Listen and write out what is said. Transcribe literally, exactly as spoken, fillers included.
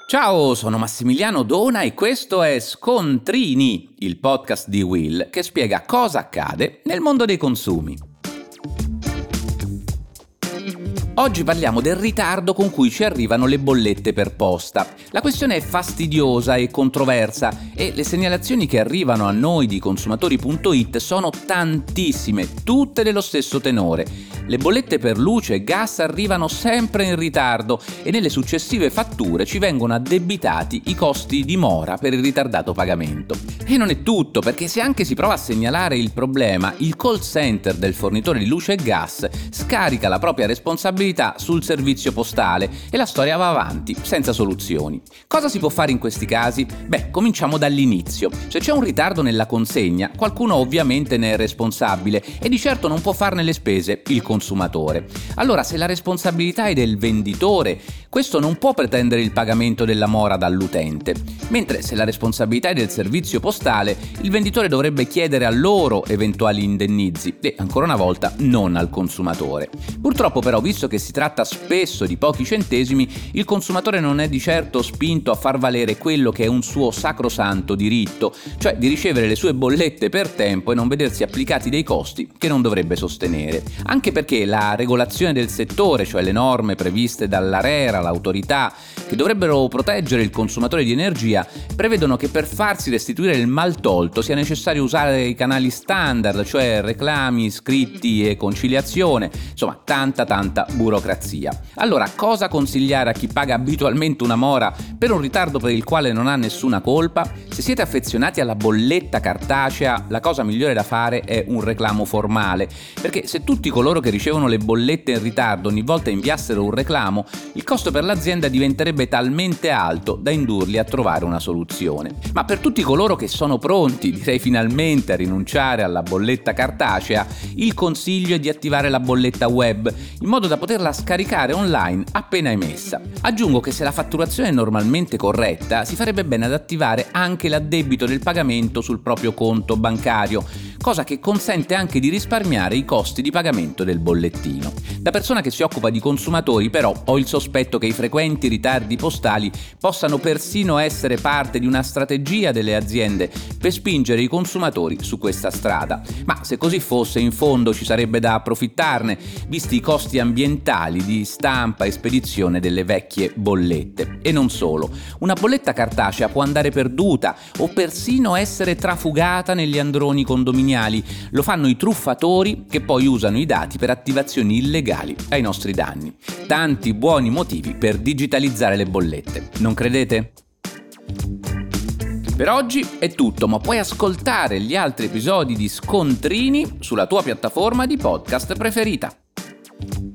Ciao, sono Massimiliano Dona e questo è Scontrini, il podcast di Will che spiega cosa accade nel mondo dei consumi. Oggi parliamo del ritardo con cui ci arrivano le bollette per posta. La questione è fastidiosa e controversa e le segnalazioni che arrivano a noi di consumatori punto it sono tantissime, tutte dello stesso tenore. Le bollette per luce e gas arrivano sempre in ritardo e nelle successive fatture ci vengono addebitati i costi di mora per il ritardato pagamento. E non è tutto, perché se anche si prova a segnalare il problema, il call center del fornitore di luce e gas scarica la propria responsabilità sul servizio postale e la storia va avanti, senza soluzioni. Cosa si può fare in questi casi? Beh, cominciamo dall'inizio. Se c'è un ritardo nella consegna, qualcuno ovviamente ne è responsabile e di certo non può farne le spese il consumatore. Allora, se la responsabilità è del venditore, questo non può pretendere il pagamento della mora dall'utente. Mentre se la responsabilità è del servizio postale, il venditore dovrebbe chiedere a loro eventuali indennizi e, ancora una volta, non al consumatore. Purtroppo però, visto che si tratta spesso di pochi centesimi, il consumatore non è di certo spinto a far valere quello che è un suo sacrosanto diritto, cioè di ricevere le sue bollette per tempo e non vedersi applicati dei costi che non dovrebbe sostenere. Anche perché la regolazione del settore, cioè le norme previste dall'ARERA, l'autorità, che dovrebbero proteggere il consumatore di energia, prevedono che per farsi restituire il maltolto sia necessario usare i canali standard, cioè reclami, scritti e conciliazione, insomma tanta tanta burocrazia. Allora, cosa consigliare a chi paga abitualmente una mora per un ritardo per il quale non ha nessuna colpa? Se siete affezionati alla bolletta cartacea, la cosa migliore da fare è un reclamo formale, perché se tutti coloro che ricevono le bollette in ritardo ogni volta inviassero un reclamo, il costo per l'azienda diventerebbe talmente alto da indurli a trovare una soluzione. Ma per tutti coloro che sono pronti, direi finalmente, a rinunciare alla bolletta cartacea, il consiglio è di attivare la bolletta web, in modo da poterla scaricare online appena emessa. Aggiungo che se la fatturazione è normalmente corretta, si farebbe bene ad attivare anche l'addebito del pagamento sul proprio conto bancario, cosa che consente anche di risparmiare i costi di pagamento del bollettino. Da persona che si occupa di consumatori, però, ho il sospetto che i frequenti ritardi postali possano persino essere parte di una strategia delle aziende per spingere i consumatori su questa strada. Ma se così fosse, in fondo ci sarebbe da approfittarne, visti i costi ambientali di stampa e spedizione delle vecchie bollette. E non solo. Una bolletta cartacea può andare perduta o persino essere trafugata negli androni condominiali. Lo fanno i truffatori che poi usano i dati per attivazioni illegali ai nostri danni. Tanti buoni motivi per digitalizzare le bollette, non credete? Per oggi è tutto, ma puoi ascoltare gli altri episodi di Scontrini sulla tua piattaforma di podcast preferita.